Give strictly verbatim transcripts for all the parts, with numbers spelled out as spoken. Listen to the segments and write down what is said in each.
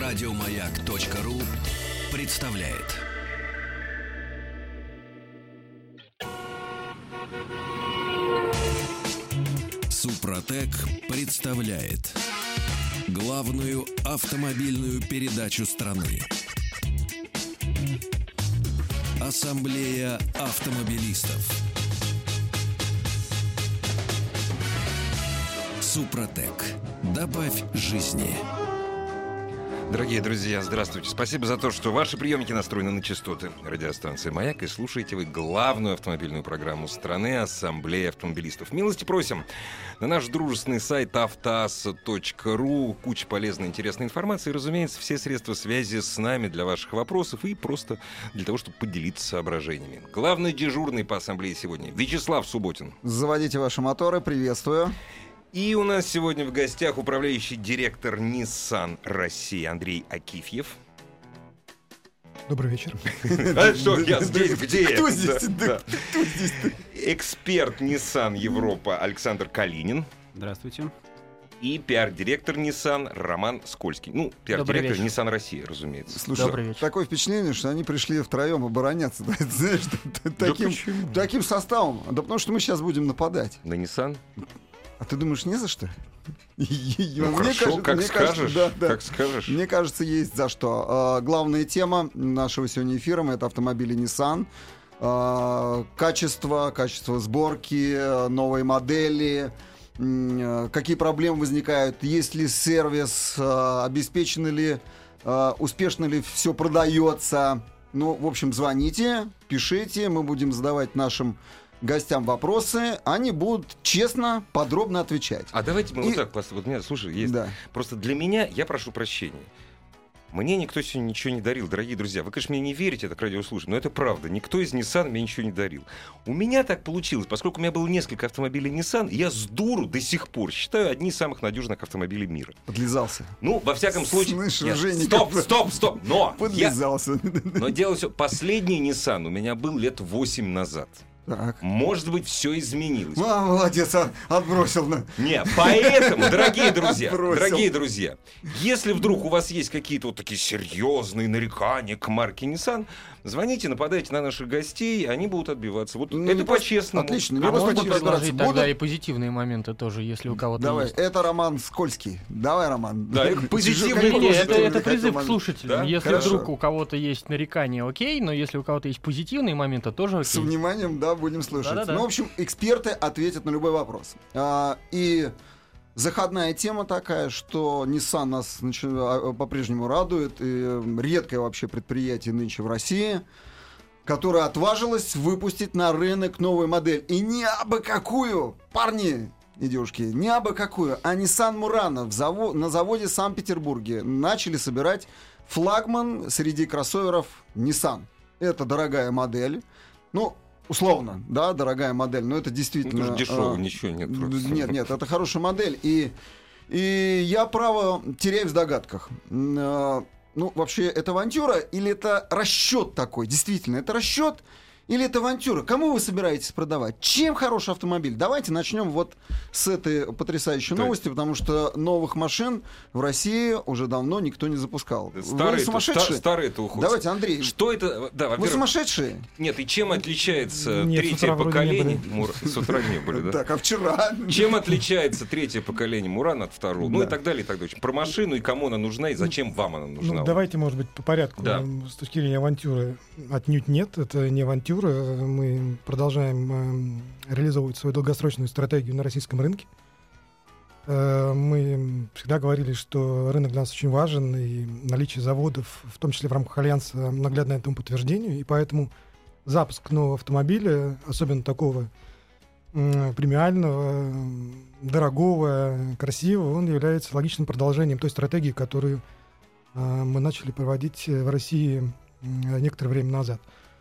Радиомаяк.ру представляет. Супротек представляет главную автомобильную передачу страны. Ассамблея автомобилистов. Супротек. Добавь жизни. Дорогие друзья, здравствуйте. Спасибо за то, что ваши приемники настроены на частоты радиостанции «Маяк», и слушаете вы главную автомобильную программу страны «Ассамблея автомобилистов». Милости просим на наш дружественный сайт автоасса точка ру. Куча полезной, интересной информации. И, разумеется, все средства связи с нами для ваших вопросов и просто для того, чтобы поделиться соображениями. Главный дежурный по ассамблее сегодня Вячеслав Субботин. Заводите ваши моторы, приветствую. И у нас сегодня в гостях управляющий директор Nissan России Андрей Акифьев. Добрый вечер. А что, я здесь, где? Кто здесь? Кто здесь? Эксперт Nissan Европа Александр Калинин. Здравствуйте. И пиар-директор Nissan Роман Скользкий. Ну, пиар-директор Nissan России, разумеется. Слушай, такое впечатление, что они пришли втроем обороняться. Знаешь, таким составом. Да потому что мы сейчас будем нападать. На Nissan? А ты думаешь, не за что? Ну, хорошо, как скажешь, как скажешь. Мне кажется, есть за что. А, главная тема нашего сегодня эфира — это автомобили Nissan. А, качество, качество сборки, новые модели, а, какие проблемы возникают, есть ли сервис, а, обеспечено ли, а, успешно ли все продается. Ну, в общем, звоните, пишите, мы будем задавать нашим гостям вопросы, они будут честно, подробно отвечать. А давайте мы И... вот так, вот меня, слушай, есть да. Просто для меня, я прошу прощения, мне никто сегодня ничего не дарил, дорогие друзья. Вы, конечно, мне не верите, так радиослушатель, но это правда. Никто из Nissan мне ничего не дарил. У меня так получилось, поскольку у меня было несколько автомобилей Nissan, я с дуру до сих пор считаю одни из самых надежных автомобилей мира. Подлизался. Ну, во всяком случае... Слышь, Нет, Женя, стоп, стоп, стоп! Но! Подлизался. Я... Но дело все... Последний Nissan у меня был лет восемь назад. Так. Может быть, все изменилось. А, молодец, отбросил. Не, поэтому, дорогие друзья, Отбросил. дорогие друзья, если вдруг у вас есть какие-то вот такие серьезные нарекания к марке Nissan, звоните, нападайте на наших гостей, они будут отбиваться. Вот Ну, это по-честному. Отлично. А можно Будут предложить разбираться. тогда Будут? и позитивные моменты тоже, если у кого-то Давай, есть. это Роман Скользкий. Давай, Роман. Да, это позитивный Не, не, вопрос. это, это призыв к слушателям. Да? Если Хорошо. вдруг у кого-то есть нарекания, окей, но если у кого-то есть позитивные моменты, тоже С окей. вниманием, да, будем слушать. Да-да-да. Ну, в общем, эксперты ответят на любой вопрос. А, и заходная тема такая, что Nissan нас начи- а, по-прежнему радует. И редкое вообще предприятие нынче в России, которое отважилось выпустить на рынок новую модель. И не абы какую, парни и девушки, не абы какую, а Nissan Murano в заво- на заводе в Санкт-Петербурге начали собирать флагман среди кроссоверов Nissan. Это дорогая модель. Ну, условно, да, дорогая модель, но это действительно... Ну, это же дешево, а, ничего нет. Нет, нет, это хорошая модель. И, и я, право, теряюсь в догадках. М, а, Ну, вообще, это авантюра или это расчет такой? Действительно, это расчет или это авантюра? Кому вы собираетесь продавать? Чем хороший автомобиль? Давайте начнем вот с этой потрясающей То новости, потому что новых машин в России уже давно никто не запускал. Старые, Вы сумасшедшие? старые это уходят. Давайте, Андрей, Что это? Да, вы во-первых, сумасшедшие? нет, и чем отличается Нет, с третье утра вроде не поколение? были. Мур- С утра не были, да? Так, а вчера? Чем отличается третье поколение Мурана от второго? Ну Да. и так далее, и так далее. Про машину и кому она нужна, и зачем вам она нужна? Ну, давайте, может быть, по порядку. Да. М, С точки зрения авантюры отнюдь нет. Это не авантюра. Мы продолжаем эм, реализовывать свою долгосрочную стратегию на российском рынке. Э, Мы всегда говорили, что рынок для нас очень важен, и наличие заводов, в том числе в рамках Альянса, наглядное этому подтверждению. И поэтому запуск нового автомобиля, особенно такого м, премиального, м, дорогого, красивого, он является логичным продолжением той стратегии, которую э, мы начали проводить в России м, некоторое время назад.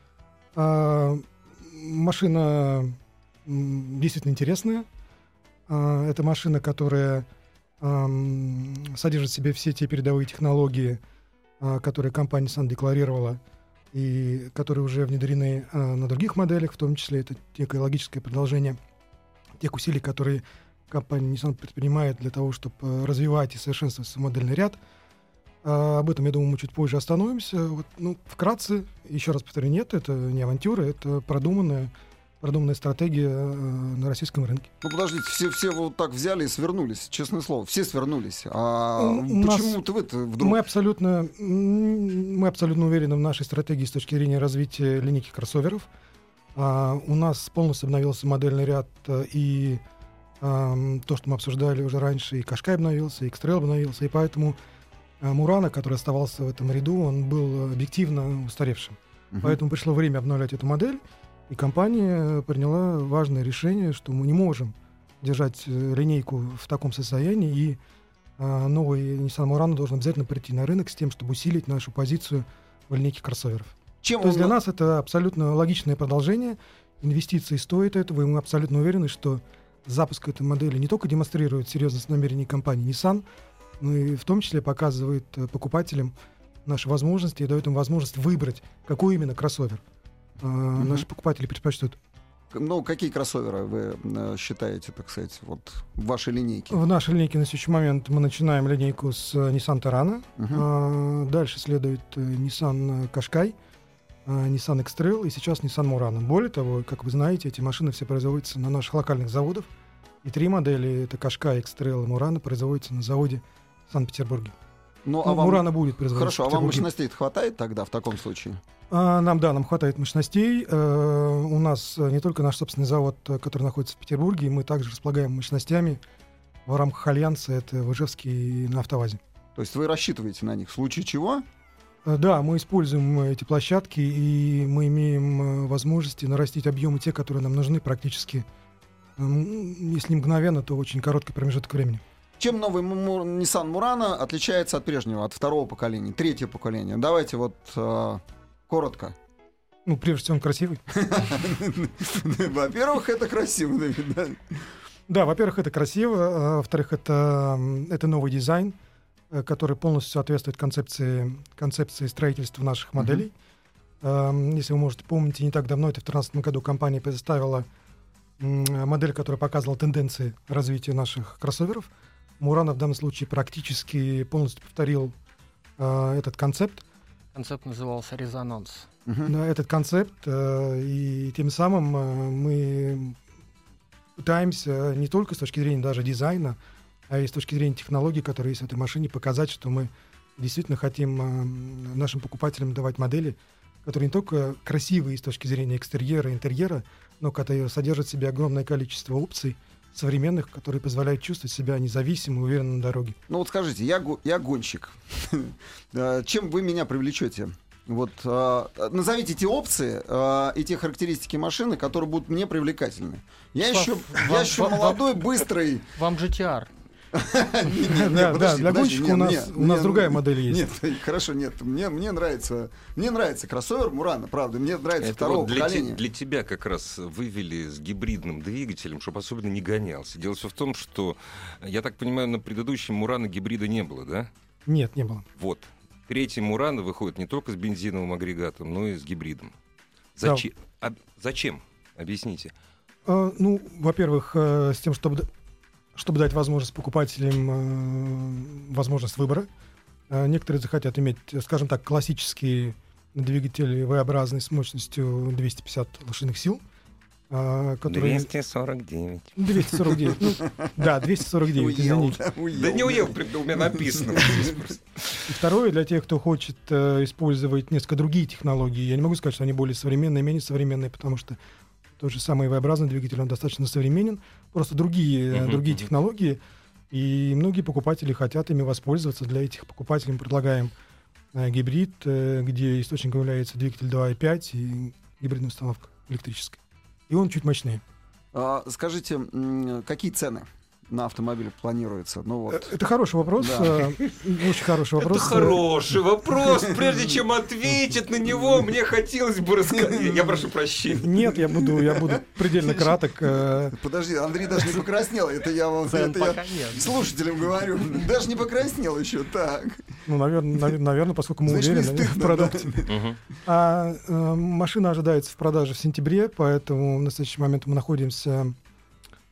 А, Машина м, действительно интересная. А, Это машина, которая ам, содержит в себе все те передовые технологии, а, которые компания Nissan декларировала, и которые уже внедрены а, на других моделях, в том числе это некое логическое продолжение тех усилий, которые компания Nissan предпринимает для того, чтобы развивать и совершенствовать свой модельный ряд. А, об этом, я думаю, мы чуть позже остановимся. Вот, ну, вкратце, еще раз повторю, нет, это не авантюра, это продуманная, продуманная стратегия э, на российском рынке. Ну, подождите, все, все вот так взяли и свернулись, честное слово, все свернулись. А У почему-то вы вдруг... Мы абсолютно, мы абсолютно уверены в нашей стратегии с точки зрения развития линейки кроссоверов. А, у нас полностью обновился модельный ряд, и а, то, что мы обсуждали уже раньше, и Qashqai обновился, и X-Trail обновился, и поэтому а, Murano, который оставался в этом ряду, он был объективно устаревшим. Uh-huh. Поэтому пришло время обновлять эту модель, и компания приняла важное решение, что мы не можем держать линейку в таком состоянии, и а, новый Nissan Murano должен обязательно прийти на рынок с тем, чтобы усилить нашу позицию в линейке кроссоверов. Чем То есть для нас это абсолютно логичное продолжение. Инвестиции стоят этого, и мы абсолютно уверены, что запуск этой модели не только демонстрирует серьезность намерений компании Nissan, но и в том числе показывает покупателям наши возможности и дает им возможность выбрать, какой именно кроссовер mm-hmm. наши покупатели предпочтут. Ну, какие кроссоверы вы э, считаете, так сказать, вот в вашей линейке? В нашей линейке на следующий момент мы начинаем линейку с Nissan Terrano. Uh-huh. А, дальше следует Nissan Qashqai, Nissan X-Trail и сейчас Nissan Murano. Более того, как вы знаете, эти машины все производятся на наших локальных заводах. И три модели, это Qashqai, X-Trail и Murano, производятся на заводе в Санкт-Петербурге. Ну, ну, а вам... Murano будет производиться. Хорошо, а вам мощностей хватает тогда в таком случае? А, нам, да, нам хватает мощностей. А, у нас не только наш собственный завод, который находится в Петербурге, мы также располагаем мощностями в рамках Альянса, это в Ижевске и на АвтоВАЗе. То есть вы рассчитываете на них в случае чего? Да, мы используем эти площадки, и мы имеем возможности нарастить объемы те, которые нам нужны практически, если не мгновенно, то очень короткий промежуток времени. Чем новый Nissan Murano отличается от прежнего, от второго поколения, третьего поколения? Давайте вот э, коротко. Ну, прежде всего, он красивый. Во-первых, это красиво, да? Да, во-первых, это красиво. Во-вторых, это новый дизайн, который полностью соответствует концепции, концепции строительства наших моделей. Uh-huh. Если вы можете помнить, не так давно, это в две тысячи тринадцатом году компания предоставила модель, которая показывала тенденции развития наших кроссоверов. Murano в данном случае практически полностью повторил uh, этот концепт. Концепт назывался «Резонанс». Uh-huh. Да, этот концепт, uh, и тем самым uh, мы пытаемся не только с точки зрения даже дизайна, а и с точки зрения технологий, которые есть в этой машине, показать, что мы действительно хотим э, нашим покупателям давать модели, которые не только красивые с точки зрения экстерьера и интерьера, но которые содержат в себе огромное количество опций современных, которые позволяют чувствовать себя независимо и уверенно на дороге. Ну вот скажите, я, го- я гонщик. Чем вы меня привлечете? Вот, э, назовите те опции э, и те характеристики машины, которые будут мне привлекательны. Я Слав, еще, вам, я еще вам, молодой, быстрый. Вам джи ти ар. Да, для гонщика у нас другая модель есть. Нет, хорошо, нет. Мне нравится мне нравится кроссовер Murano, правда. Мне нравится второго поколения. Для тебя как раз вывели с гибридным двигателем, чтобы особенно не гонялся. Дело все в том, что, я так понимаю, на предыдущем Murano гибрида не было, да? Нет, не было. Вот. Третий Murano выходит не только с бензиновым агрегатом, но и с гибридом. Зачем? Да. А, зачем? Объясните. А, ну, во-первых, э, с тем, чтобы, чтобы дать возможность покупателям э, возможность выбора. Э, некоторые захотят иметь, скажем так, классические двигатели V-образные с мощностью двести пятьдесят лошадиных сил. Которые... двести сорок девять. двести сорок девять. Ну, да, двести сорок девять, извините. Да, уел, да не уел, у меня написано. И второе, для тех, кто хочет э, использовать несколько другие технологии, я не могу сказать, что они более современные, менее современные, потому что тот же самый V-образный двигатель, он достаточно современен, просто другие, uh-huh, другие uh-huh. технологии, и многие покупатели хотят ими воспользоваться. Для этих покупателей мы предлагаем э, гибрид, э, где источником является двигатель два и пять и гибридная установка электрическая. И он чуть мощнее. А, скажите, какие цены на автомобиль планируется? Ну, вот. Это хороший вопрос. Да. Очень хороший вопрос. Это хороший вопрос. Прежде чем ответить на него, мне хотелось бы рассказать. Я прошу прощения. Нет, я буду, я буду предельно краток. Подожди, Андрей даже не покраснел. Это я вам это я слушателям говорю. Даже не покраснел еще. Так. Ну, наверное, наверное, поскольку мы Значит, уверены в продукте. Да. А, а, машина ожидается в продаже в сентябре, поэтому в настоящий момент мы находимся,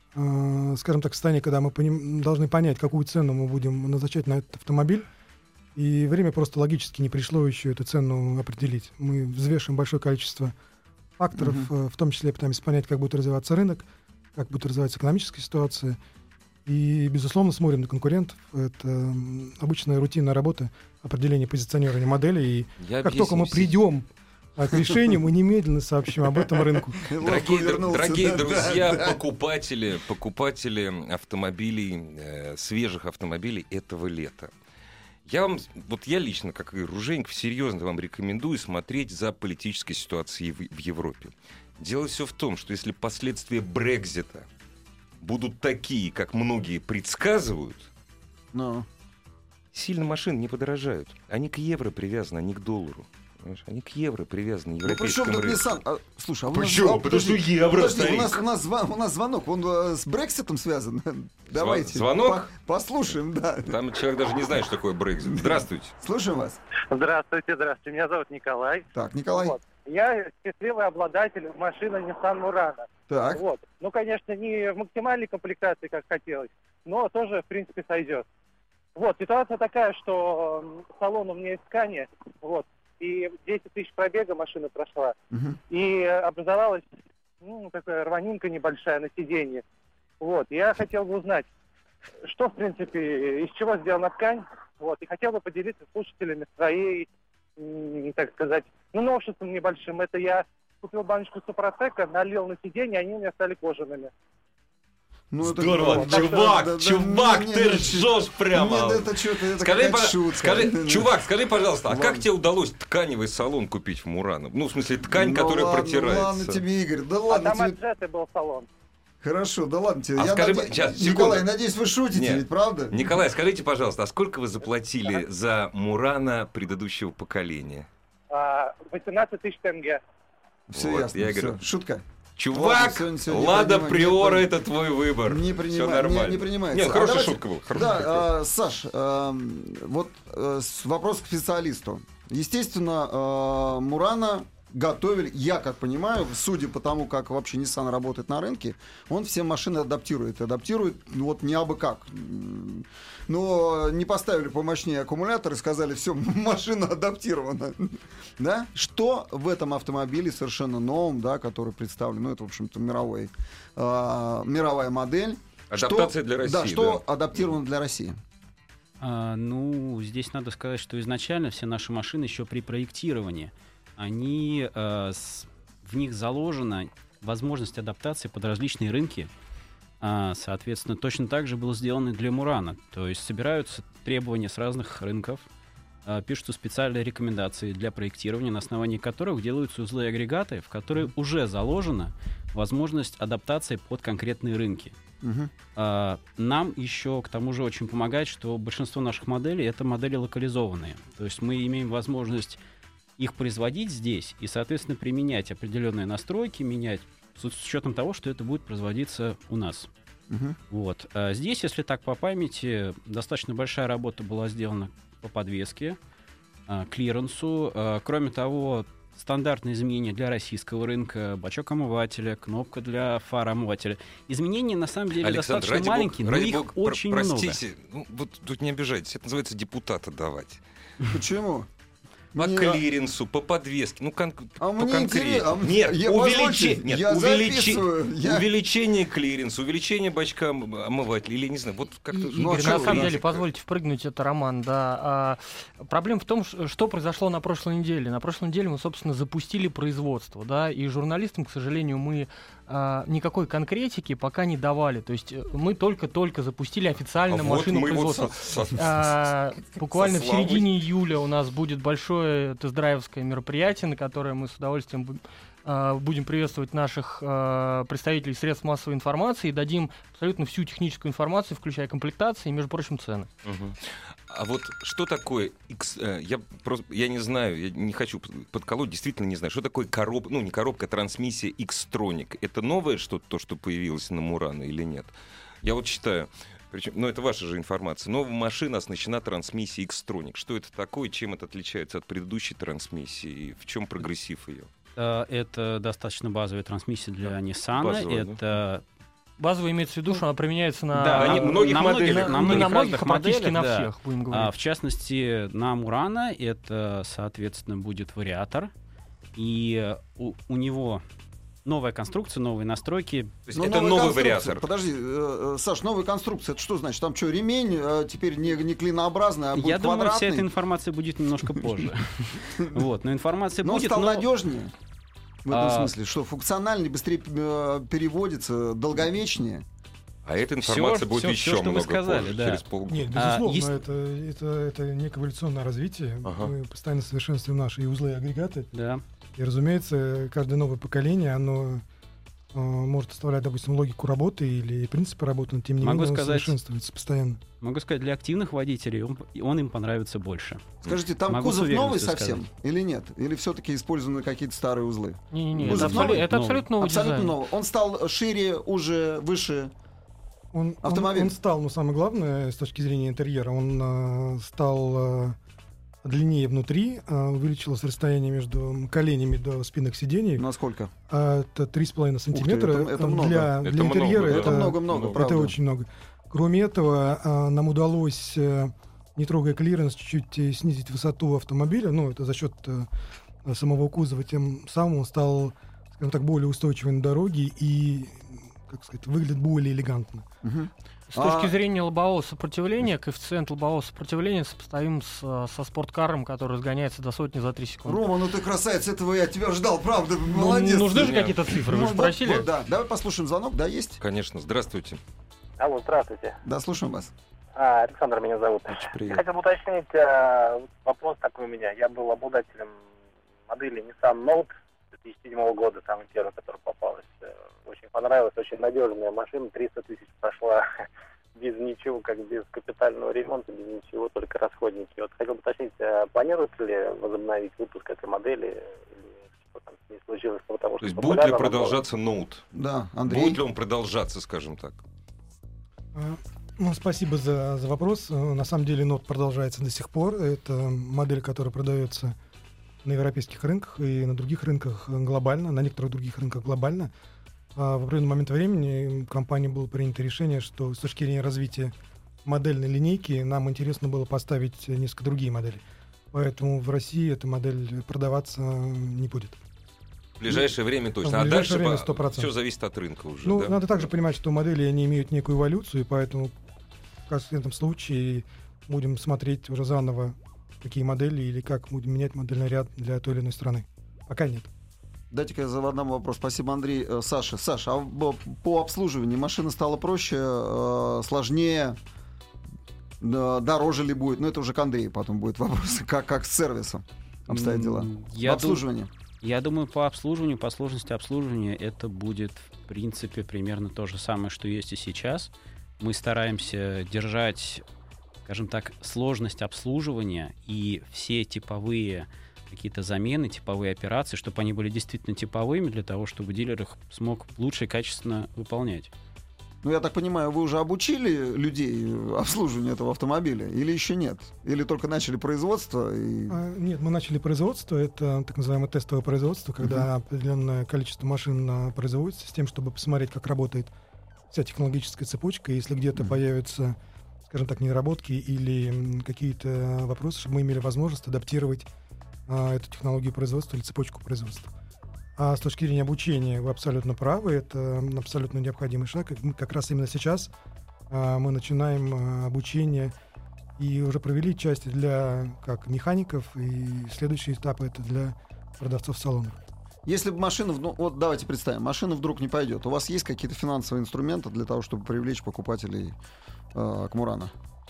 а, скажем так, в состоянии, когда мы поним, должны понять, какую цену мы будем назначать на этот автомобиль. И время просто логически не пришло еще эту цену определить. Мы взвешиваем большое количество факторов, uh-huh. в том числе пытаемся понять, как будет развиваться рынок, как будет развиваться экономическая ситуация. И, безусловно, смотрим на конкурентов. Это обычная рутинная работа определения позиционирования модели. И Я как только мы придем к решению, мы немедленно сообщим об этом рынку. Дорогие, дорогие да, друзья, да, покупатели, покупатели автомобилей, э, свежих автомобилей этого лета. Я вам, вот я лично, как и Ружейников, серьезно вам рекомендую смотреть за политической ситуацией в, в Европе. Дело все в том, что если последствия Брексита будут такие, как многие предсказывают, no. сильно машины не подорожают. Они к евро привязаны, а не к доллару. Они к евро привязаны, европейскому ну, рынку. Nissan? А, слушай, а у Почему? нас, а, Потому что евро, подожди, старик. У нас, у, нас, у нас звонок, он а, с Брекситом связан. Давайте. Звонок? По- послушаем, да. Там человек даже не знает, что такое Брексит. Здравствуйте. Слушаем вас. Здравствуйте, здравствуйте. Меня зовут Николай. Так, Николай. Вот. Я счастливый обладатель машины Nissan Murano. Так. Вот. Ну, конечно, не в максимальной комплектации, как хотелось, но тоже, в принципе, сойдет. Вот, ситуация такая, что салон у меня из ткани, вот, и десять тысяч пробега машина прошла, угу. и образовалась, ну, такая рванинка небольшая на сиденье. Вот, я хотел бы узнать, что, в принципе, из чего сделана ткань, вот, и хотел бы поделиться с слушателями своей, так сказать, ну, новшеством небольшим. Это я купил баночку Супротека, налил на сиденье, они у меня стали кожаными. Ну, здорово, это, чувак, да, чувак, да, ты не, ржешь прямо. Нет, это что-то, это скажи, по, шутка. скажи, чувак, скажи, пожалуйста, а как тебе удалось тканевый салон купить в Мурано? Ну, в смысле, ткань, ну, которая ладно, протирается. Ладно тебе, Игорь, да А ладно там тебе. от Джеты был салон. Хорошо, да ладно тебе. А Я скажи, наде... сейчас, Николай, секунду. надеюсь, вы шутите, Нет. ведь правда? Николай, скажите, пожалуйста, а сколько вы заплатили за Мурано предыдущего поколения? А, восемнадцать тысяч тенге. Все Вот, ясно, я всё. говорю, Шутка. Чувак, Ладно, сегодня- сегодня Лада не Приора не это твой выбор. Не Все принимай, нормально. не, не принимается. Нет, хорошая А давайте- шутка была. Да, э, Саш, э, вот э, с- вопрос к специалисту. Естественно, э, Мурано готовили, я как понимаю, судя по тому, как вообще Nissan работает на рынке, он все машины адаптирует. Адаптирует, ну, вот не абы как. Но не поставили помощнее аккумулятор и сказали, все, машина адаптирована. Да? Что в этом автомобиле совершенно новом, да, который представлен, ну, это, в общем-то, мировой, э, мировая модель. Адаптация что, для России. Да, что да. адаптировано для России? А, ну, здесь надо сказать, что изначально все наши машины еще при проектировании, они, э, с, в них заложена возможность адаптации под различные рынки. А, соответственно, точно так же было сделано и для Мурано. То есть собираются требования с разных рынков, а, пишутся специальные рекомендации для проектирования, на основании которых делаются узлы и агрегаты, в которые уже заложена возможность адаптации под конкретные рынки. Угу. А, нам еще к тому же очень помогает, что большинство наших моделей — это модели локализованные. То есть мы имеем возможность их производить здесь и, соответственно, применять определенные настройки, менять с учетом того, что это будет производиться у нас. Угу. Вот. А здесь, если так по памяти, достаточно большая работа была сделана по подвеске, а, клиренсу. А, кроме того, стандартные изменения для российского рынка, бачок омывателя, кнопка для фар омывателя. Изменения, на самом деле, Александр, достаточно ради маленькие, бога, но ради их бога, очень про- много. простите, ну, вот тут не обижайтесь, это называется депутата давать. Почему? По Мне- клиренсу, по подвеске, ну кон- А по мне конкретнее. интересно, а Нет, я- увеличи- позвольте, нет, я увеличи- записываю, я- увеличение клиренса, увеличение бачка ом- омывателя, или не знаю, вот как-то... И- Ну, а Игорь, что на вы, самом да? деле, позвольте впрыгнуть, это Роман, да. А, проблема в том, ш- что произошло на прошлой неделе. На прошлой неделе мы, собственно, запустили производство, да, и журналистам, к сожалению, мы а, никакой конкретики пока не давали. То есть э, мы только-только запустили официально А вот машину мы вот производства. со- со- А, буквально в славой. середине июля у нас будет большое тест-драйвское мероприятие, на которое мы с удовольствием бу- а, будем приветствовать наших а, представителей средств массовой информации и дадим абсолютно всю техническую информацию, включая комплектации и, между прочим, цены. Мгм. А вот что такое X? э, Я просто я не знаю, я не хочу подколоть, действительно не знаю, что такое коробка, ну не коробка, а трансмиссия X-Tronic. Это новое что-то, то, что появилось на Мурано или нет? Я вот считаю, причем, ну это ваша же информация. Новая машина оснащена трансмиссией X-Tronic. Что это такое, чем это отличается от предыдущей трансмиссии и в чем прогрессив ее? Э, Это достаточно базовая трансмиссия для Nissan. базовая, да. Это Базово имеется в виду, что она применяется на, Да, на на многих на моделях. многих, на не многих на многих, разных а практически моделях, на да. всех, будем А, говорить. в частности, на Мурана это, соответственно, будет вариатор. И у, у него новая конструкция, новые настройки. То есть Ну, это новая новый конструкция. вариатор. Подожди, э, э, Саш, новая конструкция, это что значит? Там что, ремень э, теперь не, не клинообразный, а будет Я думаю, вся квадратный? эта информация будет немножко позже. Вот, но информация Но он будет. стал но- надежнее. В этом А, смысле, что функциональнее, быстрее э, переводится, долговечнее. А эта Всё, информация будет всё, еще всё, что вы много сказали, позже, да. через полгода. Нет, А, безусловно, есть- это, это, это некое эволюционное развитие. Ага. Мы постоянно совершенствуем наши и узлы, и агрегаты. Да. И, разумеется, каждое новое поколение, оно э, может оставлять, допустим, логику работы или принципы работы, но тем не Могу менее он сказать- совершенствуется постоянно. Могу сказать, для активных водителей он, он им понравится больше. Скажите, там Могу с кузов новый уверенностью совсем или нет? Или все-таки использованы какие-то старые узлы? Не-не-не, Кузов это, абсолютно, новый? это Новый. абсолютно новый Абсолютно дизайн. новый. Он стал шире, уже, выше. Он, Автомобиль. он, он стал, ну, самое главное, с точки зрения интерьера, он э, стал э, длиннее внутри, э, увеличилось расстояние между коленями до спинок сидений. Насколько? А это три с половиной сантиметра. это- это Э, много. Для, Это для интерьера много, да. Это это, много-много, много. правда. это очень много. Кроме этого, а, нам удалось, э, не трогая клиренс, чуть-чуть э, снизить высоту автомобиля. Ну, это за счет э, самого кузова. Тем самым он стал, скажем так, более устойчивый на дороге и, как сказать, выглядит более элегантно. Мгм. С точки А- зрения лобового сопротивления, коэффициент лобового сопротивления сопоставим с, э, со спорткаром, который разгоняется до сотни за три секунды. Рома, ну ты красавец, этого я тебя ждал, правда, Ну, молодец. нужны же Нет. какие-то цифры, Ну, вы же вот, просили. вот, да, давай послушаем звонок, да, есть? Конечно, здравствуйте. Алло, здравствуйте. Да, слушаем вас. А, Александр меня зовут. Привет. Я хотел бы уточнить, а, вопрос такой у меня. Я был обладателем модели Nissan Note две тысячи седьмого года, там первая, которая попалась. Э, Очень понравилась, очень надежная машина, триста тысяч прошла без ничего, как без капитального ремонта, без ничего, только расходники. Вот хотел бы уточнить, а планируется ли возобновить выпуск этой модели, или что там с ней случилось, потому То что есть будет ли популярна продолжаться ноут? Да, Андрей. Будет ли он продолжаться, скажем так? А, Ну, спасибо за, за вопрос. Э, На самом деле Note продолжается до сих пор. Это модель, которая продается на европейских рынках и на других рынках э, глобально, на некоторых других рынках глобально. А в определенный момент времени компании было принято решение, что с точки зрения развития модельной линейки нам интересно было поставить несколько другие модели. Поэтому в России эта модель продаваться не будет. В ближайшее время точно. в А ближайшее дальше время сто процентов. все зависит от рынка уже. Ну, да? надо также понимать, что модели они имеют некую эволюцию, и поэтому в этом случае будем смотреть уже заново, какие модели или как будем менять модельный ряд для той или иной страны. Пока нет. Дайте-ка я задам вопрос. Спасибо, Андрей. Э, Саша, Саша, а в- по обслуживанию машина стала проще, э, сложнее, э, дороже ли будет? Ну, это уже к Андрею потом будет вопрос. Как, как с сервисом обстоят дела? М, В Я, дум- обслуживании. я думаю, по обслуживанию, по сложности обслуживания это будет, в принципе, примерно то же самое, что есть и сейчас. Мы стараемся держать, скажем так, сложность обслуживания и все типовые какие-то замены, типовые операции, чтобы они были действительно типовыми, для того, чтобы дилер их смог лучше и качественно выполнять. Ну, я так понимаю, вы уже обучили людей обслуживанию этого автомобиля или еще нет? Или только начали производство? И... А, Нет, мы начали производство. Это так называемое тестовое производство, когда определенное количество машин а, производится с тем, чтобы посмотреть, как работает вся технологическая цепочка. Если где-то Мгм. появятся, скажем так, недоработки или м, какие-то вопросы, чтобы мы имели возможность адаптировать а, эту технологию производства или цепочку производства. А с точки зрения обучения вы абсолютно правы, это м, абсолютно необходимый шаг. И мы как раз именно сейчас а, мы начинаем а, обучение и уже провели части для как механиков, и следующий этап это для продавцов салонов. Если бы машина, ну вот давайте представим, машина вдруг не пойдет, у вас есть какие-то финансовые инструменты для того, чтобы привлечь покупателей э, к Мурана?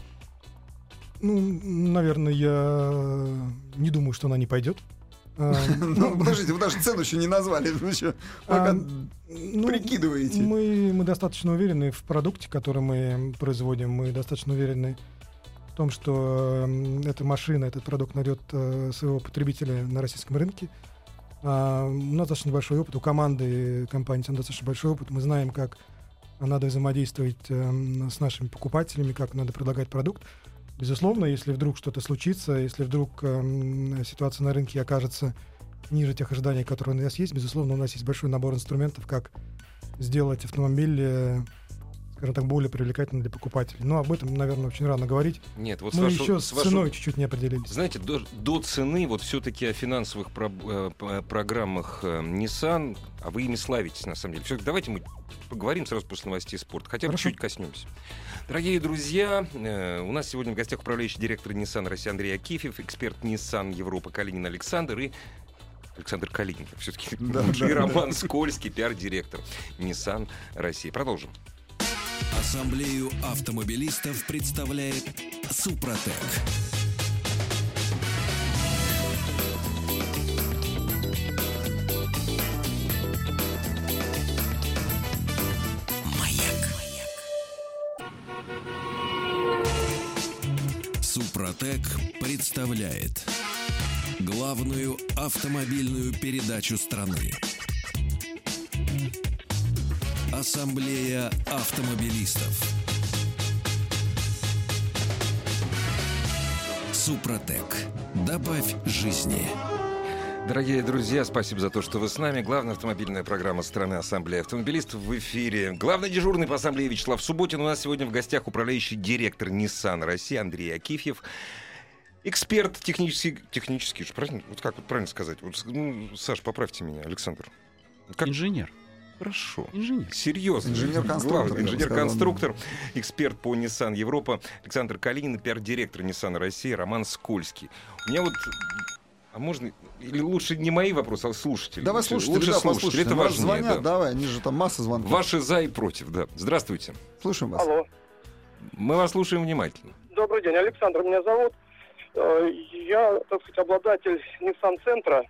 Ну, наверное, я не думаю, что она не пойдет. А, Ну, подождите, вы даже цену еще не назвали, вы еще а, пока ну, прикидываете. Мы, мы достаточно уверены в продукте, который мы производим. Мы достаточно уверены в том, что м, эта машина, этот продукт найдет э, своего потребителя на российском рынке. А, у нас достаточно большой опыт, у команды компании там достаточно большой опыт. Мы знаем, как надо взаимодействовать э, с нашими покупателями, как надо предлагать продукт. Безусловно, если вдруг что-то случится, если вдруг э, ситуация на рынке окажется ниже тех ожиданий, которые у нас есть, безусловно, у нас есть большой набор инструментов, как сделать автомобиль, э, скажем так, более привлекательным для покупателей. Но об этом, наверное, очень рано говорить. Нет, вот Мы с вашу- еще с с вашу- ценой чуть-чуть не определились. Знаете, до, до цены вот все-таки о финансовых про- э, п- программах э, Nissan, а вы ими славитесь, на самом деле. Все-таки давайте мы поговорим сразу после новостей спорта, хотя бы Хорошо. чуть коснемся. Дорогие друзья, э, у нас сегодня в гостях управляющий директор Nissan России Андрей Акифьев, эксперт Nissan Европа Калинин Александр и Александр Калинин, все-таки, Да, и да, Роман Скользкий, пиар-директор Nissan России. Продолжим. Ассамблею автомобилистов представляет Супротек. Супротек представляет главную автомобильную передачу страны. Ассамблея автомобилистов. Супротек. Добавь жизни. Дорогие друзья, спасибо за то, что вы с нами. Главная автомобильная программа страны «Ассамблея автомобилистов» в эфире. Главный дежурный по ассамблее Вячеслав Субботин. У нас сегодня в гостях управляющий директор Nissan России Андрей Акифьев. Эксперт технический... Технический же, правильно? Вот как вот правильно сказать? Вот, ну, Саш, поправьте меня, Александр. Как... Инженер. Хорошо. Инженер. Серьезно. Инженер-конструктор, Главный я бы инженер-конструктор, эксперт по Nissan Европа Александр Калинин и пиар-директор Nissan России Роман Скользкий. У меня вот... А можно... Или лучше не мои вопросы, а слушатели. Давай лучше, слушатели, лучше да, слушатели. послушатели. Это Вас важнее. звонят, Да. давай, они же там масса звонков. Ваши за и против, да. Здравствуйте. Слушаем вас. Алло. Мы вас слушаем внимательно. Добрый день, Александр меня зовут. Э, Я, так сказать, обладатель Nissan-центра.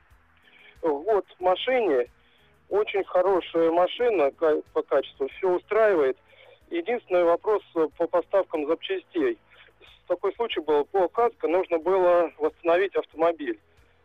Вот в машине. Очень хорошая машина ка- по качеству, все устраивает. Единственный вопрос э, по поставкам запчастей. Такой случай был, по КАСКО нужно было восстановить автомобиль.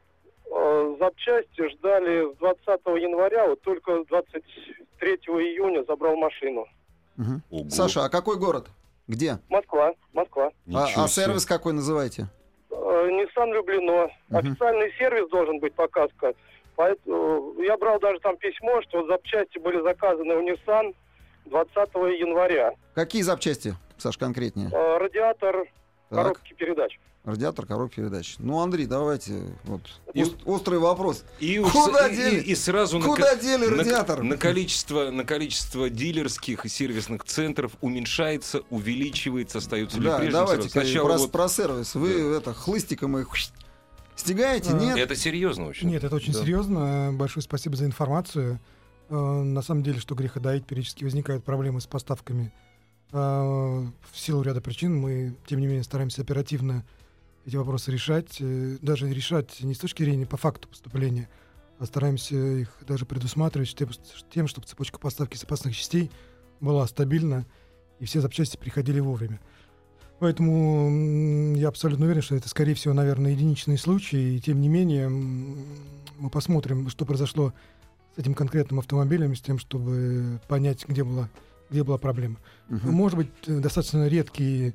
Э, Запчасти ждали с двадцатого января, вот только двадцать третьего июня забрал машину. Мгм. Ого. Саша, а какой город? Где? Москва, Москва. А, Ничего а себе. сервис какой называете? Э, Nissan Люблино. Мгм. Официальный сервис должен быть по КАСКО. Поэтому я брал даже там письмо, что запчасти были заказаны у Nissan двадцатого января. Какие запчасти, Саш, конкретнее? Э, Радиатор Так, коробки передач. радиатор, коробки передач. Ну, Андрей, давайте, вот, И- ост- острый вопрос. И, Куда и- дели? и- и сразу на, Куда ко- дели на- радиатор? на количество, на количество дилерских и сервисных центров уменьшается, увеличивается, остается ли Да, прежним давайте сервисом? Сначала про, вот- про сервис. Вы это хлыстиком их стягаете, А, нет? Это серьезно очень. Нет, это очень Да. серьезно. Большое спасибо за информацию. Э, На самом деле, что греха таить, периодически возникают проблемы с поставками. Э, В силу ряда причин мы, тем не менее, стараемся оперативно эти вопросы решать. Э, Даже решать не с точки зрения по факту поступления, а стараемся их даже предусматривать тем, тем, чтобы цепочка поставки запасных частей была стабильна и все запчасти приходили вовремя. Поэтому м, я абсолютно уверен, что это, скорее всего, наверное, единичный случай. И тем не менее, м, мы посмотрим, что произошло с этим конкретным автомобилем, с тем, чтобы понять, где была, где была проблема. Мгм. Может быть, э, достаточно редкий,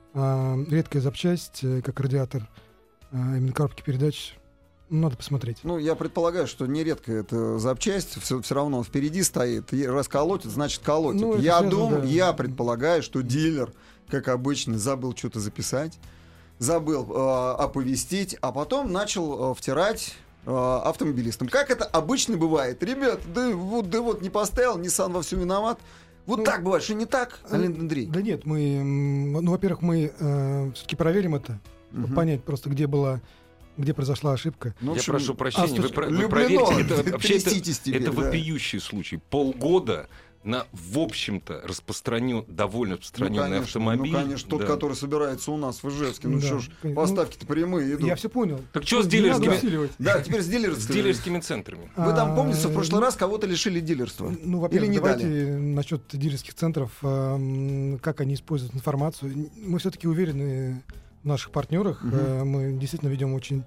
а, редкая запчасть, э, как радиатор, а, именно коробки передач. Ну, надо посмотреть. Ну, я предполагаю, что нередко эта запчасть все, все равно впереди стоит. И раз колотит, значит колотит. Ну, это я связано, думаю, да. я предполагаю, что дилер, как обычно, забыл что-то записать, забыл э, оповестить, а потом начал э, втирать э, автомобилистам. Как это обычно бывает. Ребят, да вот, да вот не поставил, Nissan во всем виноват. Вот Ну, так бывает, что не так, э, Ален Андрей? Да нет, мы, м, ну, во-первых, мы все-таки проверим это, чтобы Мгм. понять просто, где была, где произошла ошибка. Ну, в Я общем, прошу прощения, а, вы, слушай, про- вы Люблино, проверьте, это, вообще это, тряситесь теперь, это да. вопиющий случай. Полгода на, в общем-то, распространен, довольно Ну, распространенный конечно, автомобиль. ну, конечно, тот, Да. который собирается у нас в Ижевске. Ну, Да, что ж, конечно. поставки-то прямые идут. Я все понял. Так что с Не надо дилерскими, усиливать. Да, теперь с с дилерскими. дилерскими центрами? Вы там, А, помните, в прошлый ну, раз кого-то лишили дилерства? Ну, во-первых, Или не давайте дали? насчет дилерских центров, эм, как они используют информацию. Мы все-таки уверены в наших партнерах. Мгм. Э, Мы действительно ведем очень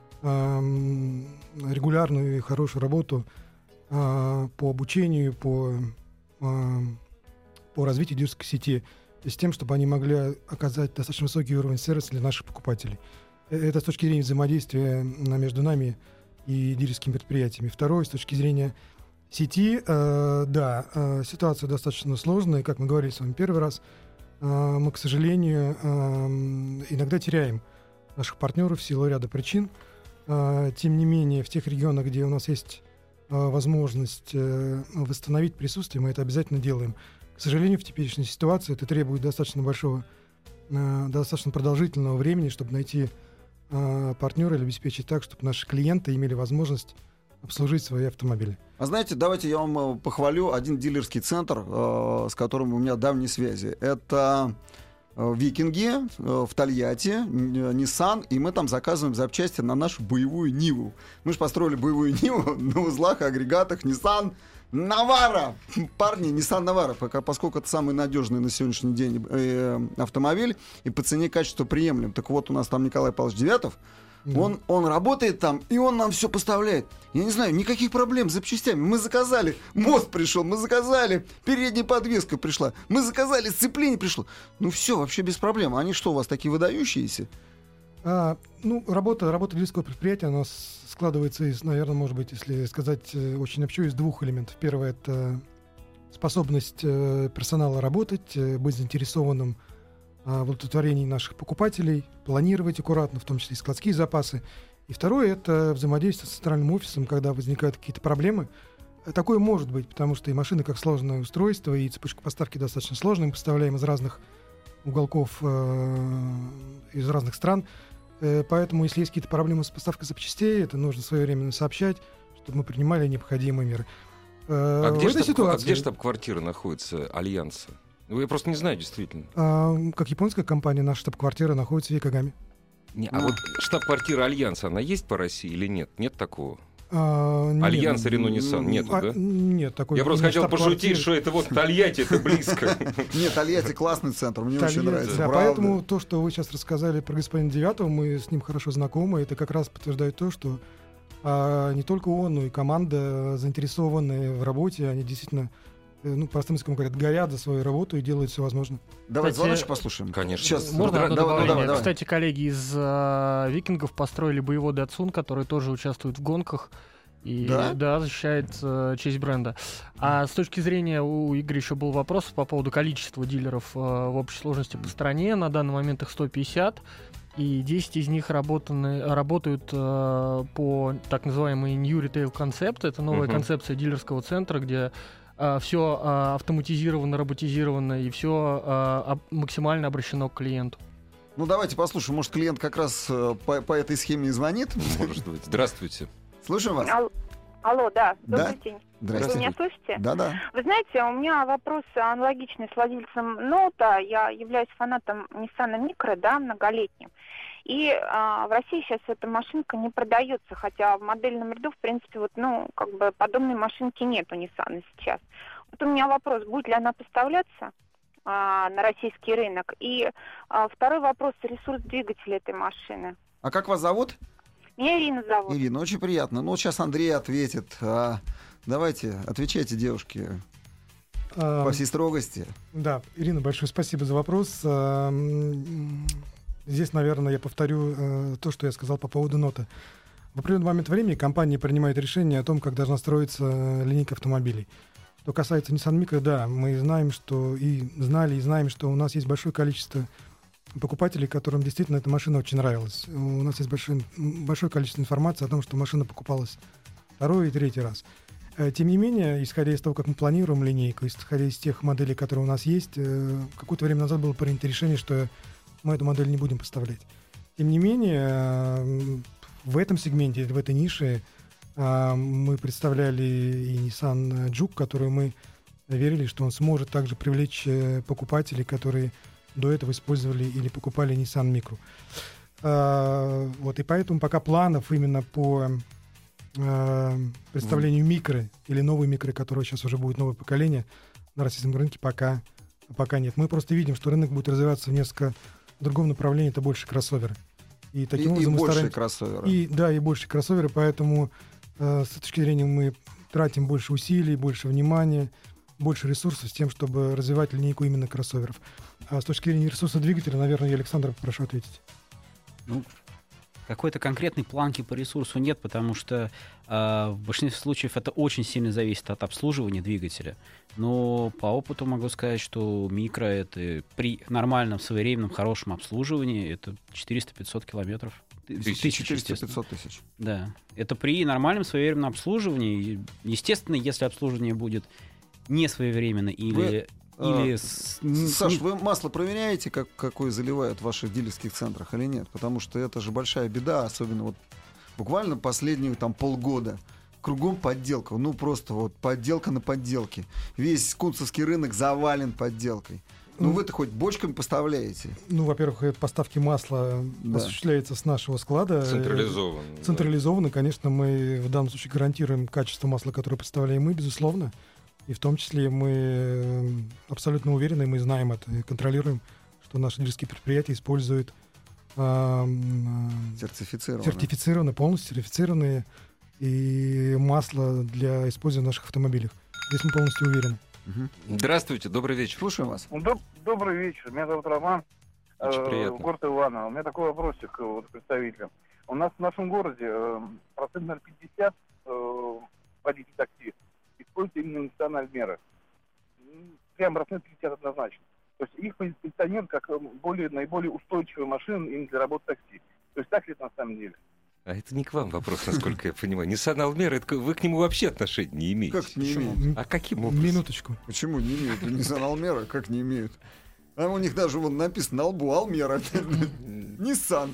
эм, регулярную и хорошую работу э, по обучению, по, эм, по развитию дилерской сети, с тем, чтобы они могли оказать достаточно высокий уровень сервиса для наших покупателей. Э, Это с точки зрения взаимодействия м, между нами и дилерскими предприятиями. Второе, с точки зрения В сети, э, да, э, ситуация достаточно сложная. Как мы говорили с вами первый раз, э, мы, к сожалению, э, иногда теряем наших партнеров в силу ряда причин. Э, тем не менее, в тех регионах, где у нас есть э, возможность э, восстановить присутствие, мы это обязательно делаем. К сожалению, в теперешней ситуации это требует достаточно большого, э, достаточно продолжительного времени, чтобы найти э, партнера или обеспечить так, чтобы наши клиенты имели возможность обслужить свои автомобили. А знаете, давайте я вам э, похвалю один дилерский центр, э, с которым у меня давние связи. Это э, Викинги э, в Тольятти, э, Nissan, и мы там заказываем запчасти на нашу боевую Ниву. Мы же построили боевую Ниву на узлах и агрегатах Nissan Navara. Парни, Nissan Navara, пока, поскольку это самый надежный на сегодняшний день э, автомобиль, и по цене качества приемлем. Так вот, у нас там Николай Павлович Девятов, Mm-hmm. Он, он работает там, и он нам все поставляет. Я не знаю, никаких проблем с запчастями. Мы заказали, мост пришел, мы заказали, передняя подвеска пришла, мы заказали, сцепление пришло. Ну все, вообще без проблем. Они что, у вас такие выдающиеся? А, ну, работа, работа дилерского предприятия, она складывается из, наверное, может быть, если сказать очень общо, из двух элементов. Первое — это способность персонала работать, быть заинтересованным в удовлетворении наших покупателей, планировать аккуратно, в том числе и складские запасы. И второе — это взаимодействие с центральным офисом, когда возникают какие-то проблемы. Такое может быть, потому что и машины как сложное устройство, и цепочка поставки достаточно сложная. Мы поставляем из разных уголков, э, из разных стран. Э, поэтому, если есть какие-то проблемы с поставкой запчастей, это нужно своевременно сообщать, чтобы мы принимали необходимые меры. Э, а, где штаб, ситуации... а где штаб-квартира находится Альянса? Ну, я просто не знаю, действительно. А, как японская компания, наша штаб-квартира находится в Якогаме. Не, а вот штаб-квартира Альянса, она есть по России или нет? Нет такого? А, Альянс и Рено Ниссан нету, а, да? Нет, такой. Я просто хотел пошутить, что это вот Тольятти, это близко. Нет, Тольятти классный центр, мне очень нравится. Да, поэтому то, что вы сейчас рассказали про господина Девятого, мы с ним хорошо знакомы, это как раз подтверждает то, что а, не только он, но и команда заинтересованы в работе, они действительно, ну, простым языком говорят, горят за свою работу и делают все возможное. Давай Кстати, звоночек послушаем. Конечно. Сейчас. Можно одно давай, добавление? давай, давай. Кстати, коллеги из э, Викингов построили боевой Датсун, который тоже участвует в гонках. И Да? да, защищает э, честь бренда. А с точки зрения, у Игоря еще был вопрос по поводу количества дилеров э, в общей сложности по стране. На данный момент их сто пятьдесят. И десять из них работаны, работают э, по так называемой New Retail Concept. Это новая Uh-huh. концепция дилерского центра, где э, все э, автоматизировано, роботизировано и все э, об- максимально обращено к клиенту. Ну давайте послушаем, может клиент как раз э, по, по этой схеме и звонит. Может быть. Здравствуйте. Слушаем вас. Алло, алло, да, Да? добрый день. Вы Здравствуйте. меня слышите? Да-да. Вы знаете, у меня вопрос аналогичный с владельцем Ноута. Я являюсь фанатом Nissan Micra, да, многолетним. И а, в России сейчас эта машинка не продается, хотя в модельном ряду, в принципе, вот, ну, как бы подобной машинки нет у Nissan сейчас. Вот у меня вопрос, будет ли она поставляться а, на российский рынок? И а, второй вопрос, ресурс двигателя этой машины. А как вас зовут? Меня Ирина зовут. Ирина, очень приятно. Ну, вот сейчас Андрей ответит. А, давайте, отвечайте, девушки, А, по всей строгости. Да, Ирина, большое спасибо за вопрос. А, м, Здесь, наверное, я повторю э, то, что я сказал по поводу нота. В определенный момент времени компания принимает решение о том, как должна строиться э, линейка автомобилей. Что касается Nissan Micra, да, мы знаем, что и знали, и знаем, что у нас есть большое количество покупателей, которым действительно эта машина очень нравилась. У нас есть большое, большое количество информации о том, что машина покупалась второй и третий раз. Э, Тем не менее, исходя из того, как мы планируем линейку, исходя из тех моделей, которые у нас есть, э, какое-то время назад было принято решение, что мы эту модель не будем поставлять. Тем не менее, э, в этом сегменте, в этой нише э, мы представляли и Nissan Juke, которую мы верили, что он сможет также привлечь э, покупателей, которые до этого использовали или покупали Nissan Micra. Э, вот, и поэтому пока планов именно по э, представлению микро или новой микро, которая сейчас уже будет новое поколение на российском рынке, пока, пока нет. Мы просто видим, что рынок будет развиваться в несколько другом направлении, это больше кроссоверы. И таким И, образом и мы больше стараемся... кроссоверы. И, да, и больше кроссоверы, поэтому э, с этой точки зрения мы тратим больше усилий, больше внимания, больше ресурсов с тем, чтобы развивать линейку именно кроссоверов. А с точки зрения ресурса двигателя, наверное, я Александра попрошу ответить. Ну, Какой-то конкретной планки по ресурсу нет, потому что э, в большинстве случаев это очень сильно зависит от обслуживания двигателя. Но по опыту могу сказать, что микро это при нормальном, своевременном, хорошем обслуживании это четыреста-пятьсот километров. четыреста-пятьсот тысяч. Да. Это при нормальном, своевременном обслуживании. Естественно, если обслуживание будет не своевременно или... Вы... Или а, с... Саш, вы масло проверяете, как, какое заливают в ваших дилерских центрах или нет? Потому что это же большая беда, особенно вот буквально последние там полгода. Кругом подделка, ну просто вот подделка на подделке. Весь кунцевский рынок завален подделкой. Ну, вы-то хоть бочками поставляете? Ну, во-первых, поставки масла да. осуществляются с нашего склада. Централизованно. Централизованно, да. Конечно, мы в данном случае гарантируем качество масла, которое поставляем мы, безусловно. И в том числе мы абсолютно уверены, мы знаем это, и контролируем, что наши дилерские предприятия используют э, сертифицированные. сертифицированные, полностью сертифицированные и масло для использования в наших автомобилях. Здесь мы полностью уверены. Угу. Здравствуйте, добрый вечер. Слушаем вас. Доб- добрый вечер, меня зовут Роман. Очень э, приятно. Город Иваново. У меня такой вопросик вот, к представителям. У нас в нашем городе э, процентов пятьдесят э, водителей такси используют именно Nissan Almera. Прям процент пятьдесят однозначно. То есть их позиционируют как более, наиболее устойчивые машины именно для работы такси. То есть так ли это на самом деле? А это не к вам вопрос, насколько я понимаю. Nissan Almera, это вы к нему вообще отношения не имеете. Как не имеют? А каким образом? Минуточку. Почему не имеют? Nissan Almera как не имеют? А у них даже вон написано на лбу Almera. Nissan.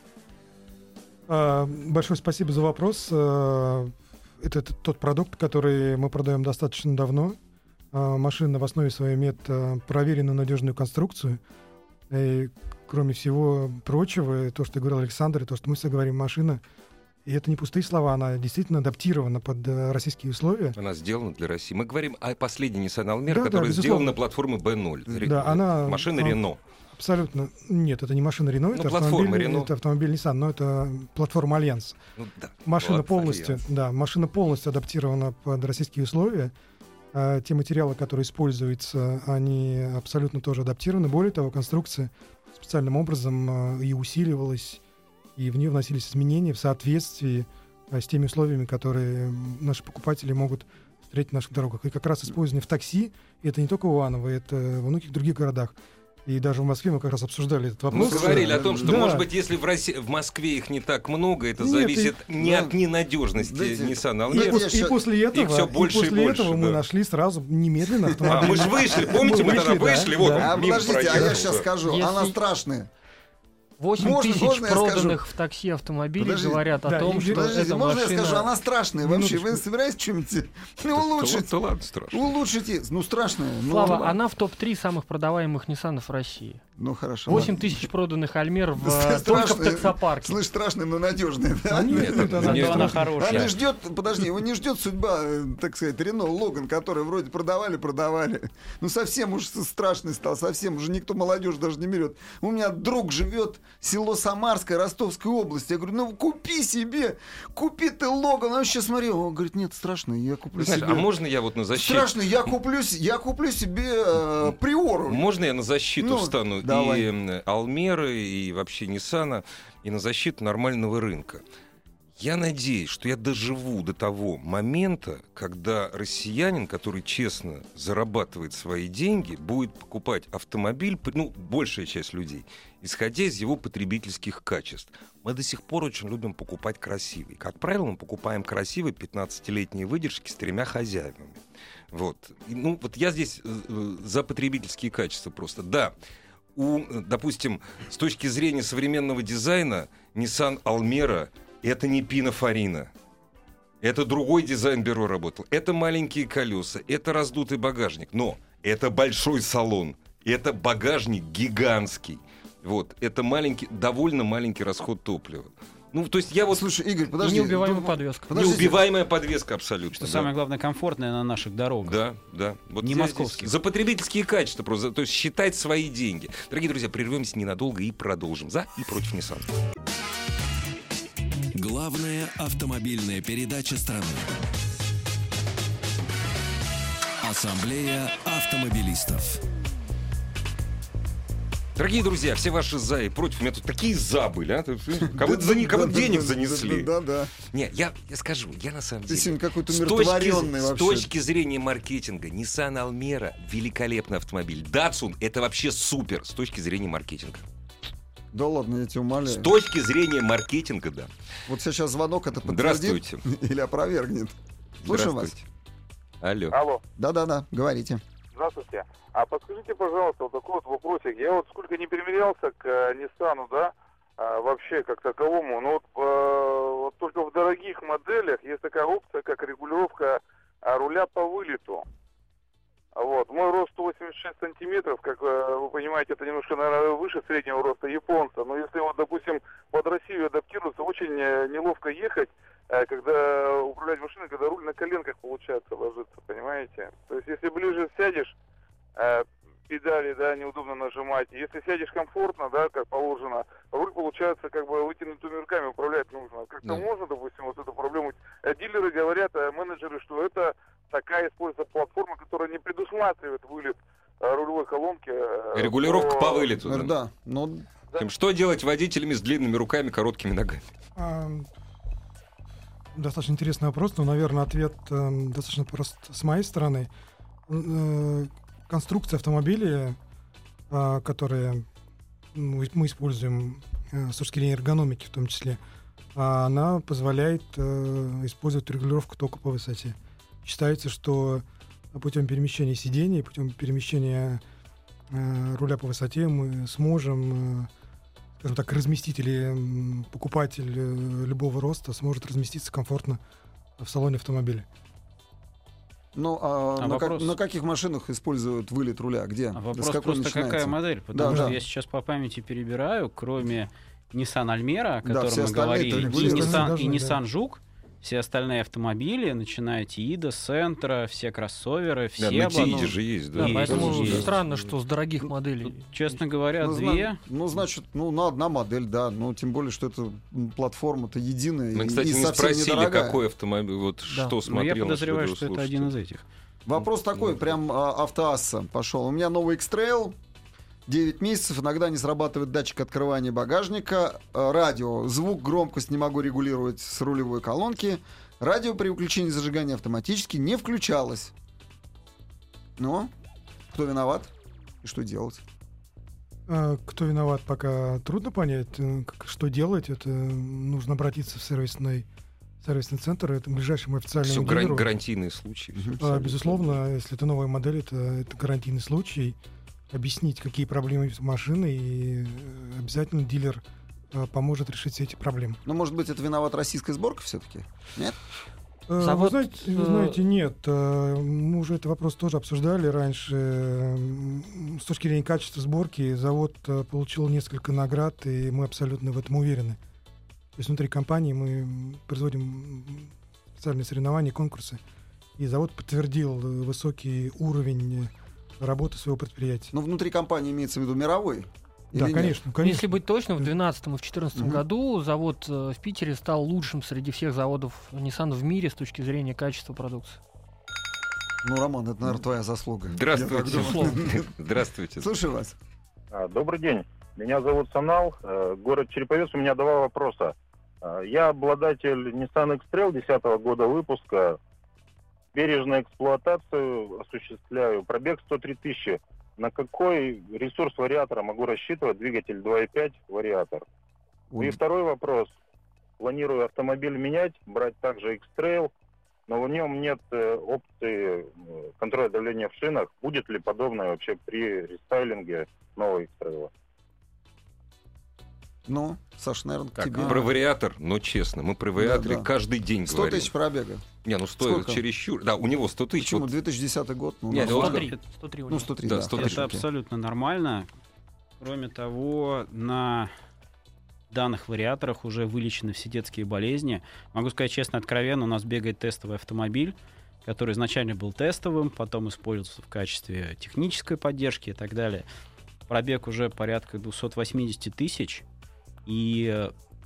Большое спасибо за вопрос. Это тот продукт, который мы продаем достаточно давно. Машина в основе своей имеет проверенную надежную конструкцию. И, кроме всего прочего, то, что говорил Александр, и то, что мы все говорим, машина, и это не пустые слова, она действительно адаптирована под российские условия. Она сделана для России. Мы говорим о последней Nissan Almera, да, которая да, сделана на платформе би ноль. Да, она, машина Renault. Абсолютно. Нет, это не машина Renault, ну, это, автомобиль, Renault. это автомобиль Nissan, но это платформа Альянс. Ну, да. Машина вот, полностью, Альянс. да, машина полностью адаптирована под российские условия. А, те материалы, которые используются, они абсолютно тоже адаптированы. Более того, конструкция специальным образом а, и усиливалась, и в нее вносились изменения в соответствии а, с теми условиями, которые наши покупатели могут встретить на наших дорогах. И как раз использование в такси, это не только в Иваново, это во многих других городах. И даже в Москве мы как раз обсуждали этот вопрос. Мы говорили о том, что, да. может быть, если в, России, в Москве их не так много, это Нет, зависит и, не да. от ненадежности Знаете, Nissan И, Almera. и, и после этого, их все больше и после и больше, этого да. мы нашли сразу немедленно автомобиль. А, мы же вышли, помните, мы, мы тогда вышли, вышли, да, вот да. он А мимо подождите, а проехал, я сейчас да. скажу, Если- она страшная. восемь Можно- тысяч можно я проданных скажу? в такси автомобилей Подожди. говорят Да, о том, и- что Подождите, эта можно машина... я скажу, она страшная вообще? Вы Минуточку. собираетесь что-нибудь ну, Да улучшить? ладно, ладно, страшно. Улучшите. Ну, страшная. Ну, Слава, ладно. она в топ три самых продаваемых Ниссанов в России. Ну, хорошо. восемь тысяч проданных Альмер в, Да, э, только в страшная. таксопарке. Слышь, страшная, но надежная, да? А нет, Это- это она- мне Зато она страшно. А хорошая. не ждет, подожди, его не ждет судьба, э, так сказать, Рено Логан, который вроде продавали, продавали. Ну, совсем уж страшный стал, совсем уже никто молодежь даже не берет. У меня друг живет, село Самарское, Ростовской области. Я говорю, ну, купи себе, купи ты Логан. Он сейчас смотри, он говорит, нет, страшно, я куплю Знаешь, себе. а можно я вот на защиту? Страшно, я куплю, с- я куплю себе э, Приору. Можно я на защиту Ну, встану давай. и м, Алмеры, и вообще Ниссана, и на защиту нормального рынка? Я надеюсь, что я доживу до того момента, когда россиянин, который честно зарабатывает свои деньги, будет покупать автомобиль, ну, большая часть людей, исходя из его потребительских качеств. Мы до сих пор очень любим покупать красивый. Как правило, мы покупаем красивые пятнадцатилетние выдержки с тремя хозяевами. Вот. И, ну, вот я здесь э, за потребительские качества просто. Да, у, допустим, с точки зрения современного дизайна, Nissan Almera — это не Pininfarina. Это другой дизайн-бюро работал. Это маленькие колеса, это раздутый багажник. Но это большой салон, это багажник гигантский. Вот, это маленький, довольно маленький расход топлива. Ну, то есть я вот... Слушай, Игорь, И подожди. неубиваемая ну, подвеска. подождите. Неубиваемая подвеска абсолютно. Что да. самое главное, комфортное на наших дорогах. Да, да. Вот Не я московских. здесь За потребительские качества просто. То есть считать свои деньги. Дорогие друзья, прервемся ненадолго и продолжим. За и против Nissan. Главная автомобильная передача страны. Ассамблея автомобилистов. Дорогие друзья, все ваши за и против. У меня тут такие за были, а? Кого-то за них, кого-то денег занесли. Да, да. Не, я, я скажу, я на самом деле... Ты сегодня какой-то с умиротворенный точки, вообще. С точки зрения маркетинга, Nissan Almera великолепный автомобиль. Datsun — это вообще супер с точки зрения маркетинга. Да ладно, я тебя умоляю. С точки зрения маркетинга, да. Вот сейчас звонок это подтвердит. Здравствуйте. Или опровергнет. Слушаю вас. Алло. Алло. Да-да-да, говорите. Здравствуйте. А подскажите, пожалуйста, вот такой вот вопросик. Я вот сколько не примерялся к э, Ниссану, да, а, вообще как таковому, но вот, э, вот только в дорогих моделях есть такая опция, как регулировка э, руля по вылету. Вот. Мой рост сто восемьдесят шесть сантиметров, как э, вы понимаете, это немножко, наверное, выше среднего роста японца. Но если вот, допустим, под Россию адаптироваться, очень э, неловко ехать, э, когда управлять машиной, когда руль на коленках, получается, ложится, понимаете? То есть, если ближе сядешь, э, педали, да, неудобно нажимать. Если сядешь комфортно, да, как положено, руль, получается, как бы вытянутыми руками управлять нужно. Как-то Да. можно, допустим, вот эту проблему... Э, Дилеры говорят, э, менеджеры, что это такая используется платформа, которая не предусматривает вылет э, рулевой колонки. э, Регулировка по вылету. Да, Да. да. Ну, Тем, Что делать водителями с длинными руками, короткими ногами? А, Достаточно интересный вопрос, но, наверное, ответ э, достаточно прост с моей стороны. Э, Конструкция автомобиля, э, которые ну, мы используем э, с точки зрения эргономики в том числе, а она позволяет э, использовать регулировку тока по высоте. Считается, что путем перемещения сидений, путем перемещения э, руля по высоте мы сможем, э, скажем так, разместить или м, покупатель э, любого роста сможет разместиться комфортно в салоне автомобиля. ну а, А на, как- вопрос- на каких машинах используют вылет руля? Где? А Да вопрос с какой просто начинается? какая модель, потому Да, что да. я сейчас по памяти перебираю, кроме Nissan Almera, о Да, котором все мы остальные говорили, это и регулируют. Nissan, и Должны, да. Nissan Juke, все остальные автомобили, начиная Тиида, Сентра, все кроссоверы, Да, все на обладают- Тииде же есть, да. Да, Есть, поэтому есть. странно, что с дорогих моделей. Тут, честно говоря, Ну, две. зна- ну, значит, ну, на одна модель, да. Ну, тем более, что эта м, платформа-то единая. Мы, и- кстати, и не совсем спросили, недорогая. какой автомобиль, вот Да. что Но смотрел. я подозреваю, наш что это один из этих. Вопрос такой, прям а, автоасса пошел. У меня новый X-Trail, девять месяцев, иногда не срабатывает датчик открывания багажника, а, радио, звук, громкость не могу регулировать с рулевой колонки, радио при выключении зажигания автоматически не включалось. Ну, кто виноват и что делать? А кто виноват, пока трудно понять. Э, как- Что делать, это нужно обратиться в сервисный, сервисный центр, это ближайшему официальному Все дилеру. гарантийные случаи. всё А, абсолютно. Безусловно, если это новая модель, это, это гарантийный случай. Объяснить, какие проблемы с машиной, и э, обязательно дилер э, поможет решить все эти проблемы. Ну, может быть, это виноват российская сборка все-таки? Нет? Э, Вы Завод, знаете, вы э, знаете, нет. э, Мы уже этот вопрос тоже обсуждали раньше. М, С точки зрения качества сборки завод э, получил несколько наград, и мы абсолютно в этом уверены. То есть внутри компании мы м, производим м, специальные соревнования, конкурсы, и завод подтвердил э, высокий уровень э, работы своего предприятия. Ну, внутри компании имеется в виду мировой? Или Да, нет? конечно, конечно. Если быть точным, в две тысячи двенадцатом и в две тысячи четырнадцатом Мгм. году завод э, в Питере стал лучшим среди всех заводов Nissan в мире с точки зрения качества продукции. Ну, Роман, это, наверное, твоя заслуга. Здравствуйте. Я так думаю. Здравствуйте. Слушаю вас. А, Добрый день. Меня зовут Санал, э, город Череповец. У меня два вопроса. А, Я обладатель Nissan X-Trail десятого года выпуска. Бережную эксплуатацию осуществляю. Пробег сто три тысячи. На какой ресурс вариатора могу рассчитывать? Двигатель два и пять вариатор. И второй вопрос. Планирую автомобиль менять, брать также X-Trail, но в нем нет э, опции э, контроля давления в шинах. Будет ли подобное вообще при рестайлинге нового X-Trail? Ну, Саш, наверное, к Так, тебе. про вариатор, но честно, мы про вариаторе да. каждый день сто говорим. тысяч пробега. Не, ну стоит Сколько? чересчур. Да, у него сто тысяч. Почему? Вот две тысячи десятый год. Ну, Нет, ну, вот- сто три. сто три у ну, него. сто три, Да, да. сто хорошо, тысяч. Это окей. абсолютно нормально. Кроме того, на данных вариаторах уже вылечены все детские болезни. Могу сказать честно, откровенно, у нас бегает тестовый автомобиль, который изначально был тестовым, потом использовался в качестве технической поддержки и так далее. Пробег уже порядка двести восемьдесят тысяч. И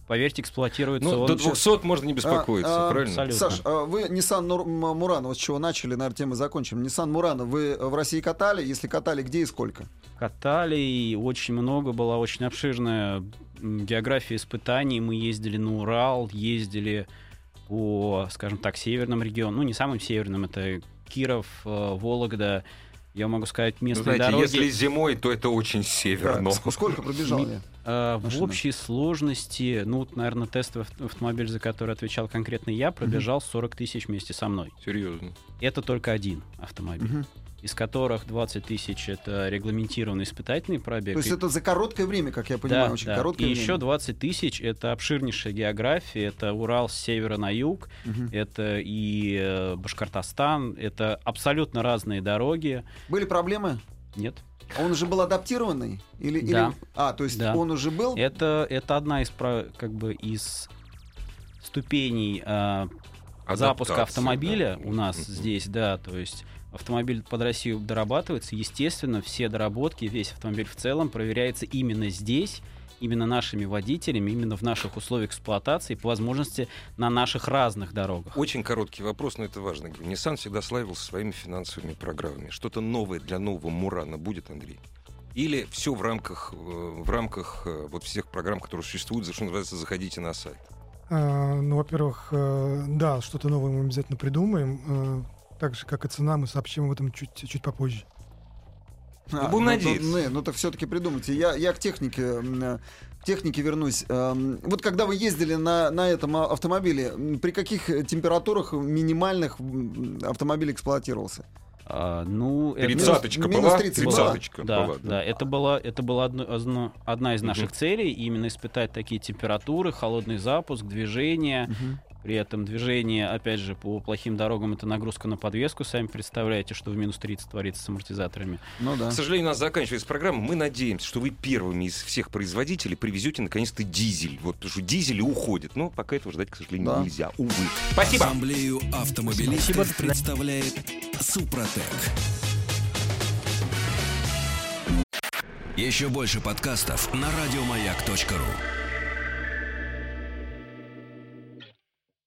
поверьте, эксплуатируется Ну, он... до двухсот можно не беспокоиться, А, а, правильно? абсолютно. Саш, а вы Nissan Нур- Мурано, вот с чего начали, наверное, тем и закончим. Nissan Мурано вы в России катали? Если катали, где и сколько? Катали, и очень много, была очень обширная м, география испытаний. Мы ездили на Урал, ездили по, скажем так, северным регионам. Ну, не самым северным, это Киров, э, Вологда. Я могу сказать, Ну, местные знаете, дороги. если зимой, то это очень северно. Так, сколько пробежали? Э, в машина? общей сложности, ну, вот, наверное, тестовый авт- автомобиль, за который отвечал конкретно я, пробежал сорок тысяч вместе со мной. Серьезно. Это только один автомобиль, Мгм. из которых двадцать тысяч — это регламентированный испытательный пробег. То есть И- это за короткое время, как я понимаю, да, очень да. короткое И время. еще двадцать тысяч — это обширнейшая география, это Урал с севера на юг, Мгм. это и э, Башкортостан, это абсолютно разные дороги. Были проблемы? Нет. Он уже был адаптированный? Или, Да. или- А, то есть Да. он уже был? Это, это одна из, про- как бы, из ступеней э, запуска Адаптация, автомобиля да. у нас Мгм. здесь, да, то есть автомобиль под Россию дорабатывается, естественно, все доработки, весь автомобиль в целом проверяется именно здесь, именно нашими водителями, именно в наших условиях эксплуатации, по возможности на наших разных дорогах. Очень короткий вопрос, но это важно. Говорю, Nissan всегда славился своими финансовыми программами. Что-то новое для нового Мурана будет, Андрей? Или все в рамках, э, в рамках э, вот всех программ, которые существуют, за что называется, заходите на сайт? А, ну, во-первых, э, да, что-то новое мы обязательно придумаем. Э, так же, как и цена, мы сообщим об этом чуть, чуть попозже. А, будем ну, надеяться. то- не, ну так все-таки придумайте. Я, я к технике, м, э, к технике вернусь. Эм, Вот когда вы ездили на, на этом а- автомобиле, м, при каких температурах минимальных м, автомобиль эксплуатировался? А, ну, это- Тридцаточка минус была? тридцать была. Тридцаточка Да, была, да, это была, это была одно- одно- одна из Мгм. наших целей, именно испытать такие температуры, холодный запуск, движение. При этом движение, опять же, по плохим дорогам — это нагрузка на подвеску. Сами представляете, что в минус тридцать творится с амортизаторами. Ну да. К сожалению, у нас заканчивается программа. Мы надеемся, что вы первыми из всех производителей привезете наконец-то дизель. Вот, потому что дизель уходит. Но пока этого ждать, к сожалению, Да. нельзя. Увы. Спасибо. Ассамблею автомобилистов представляет Супротек. Еще больше подкастов на радиомаяк точка ру.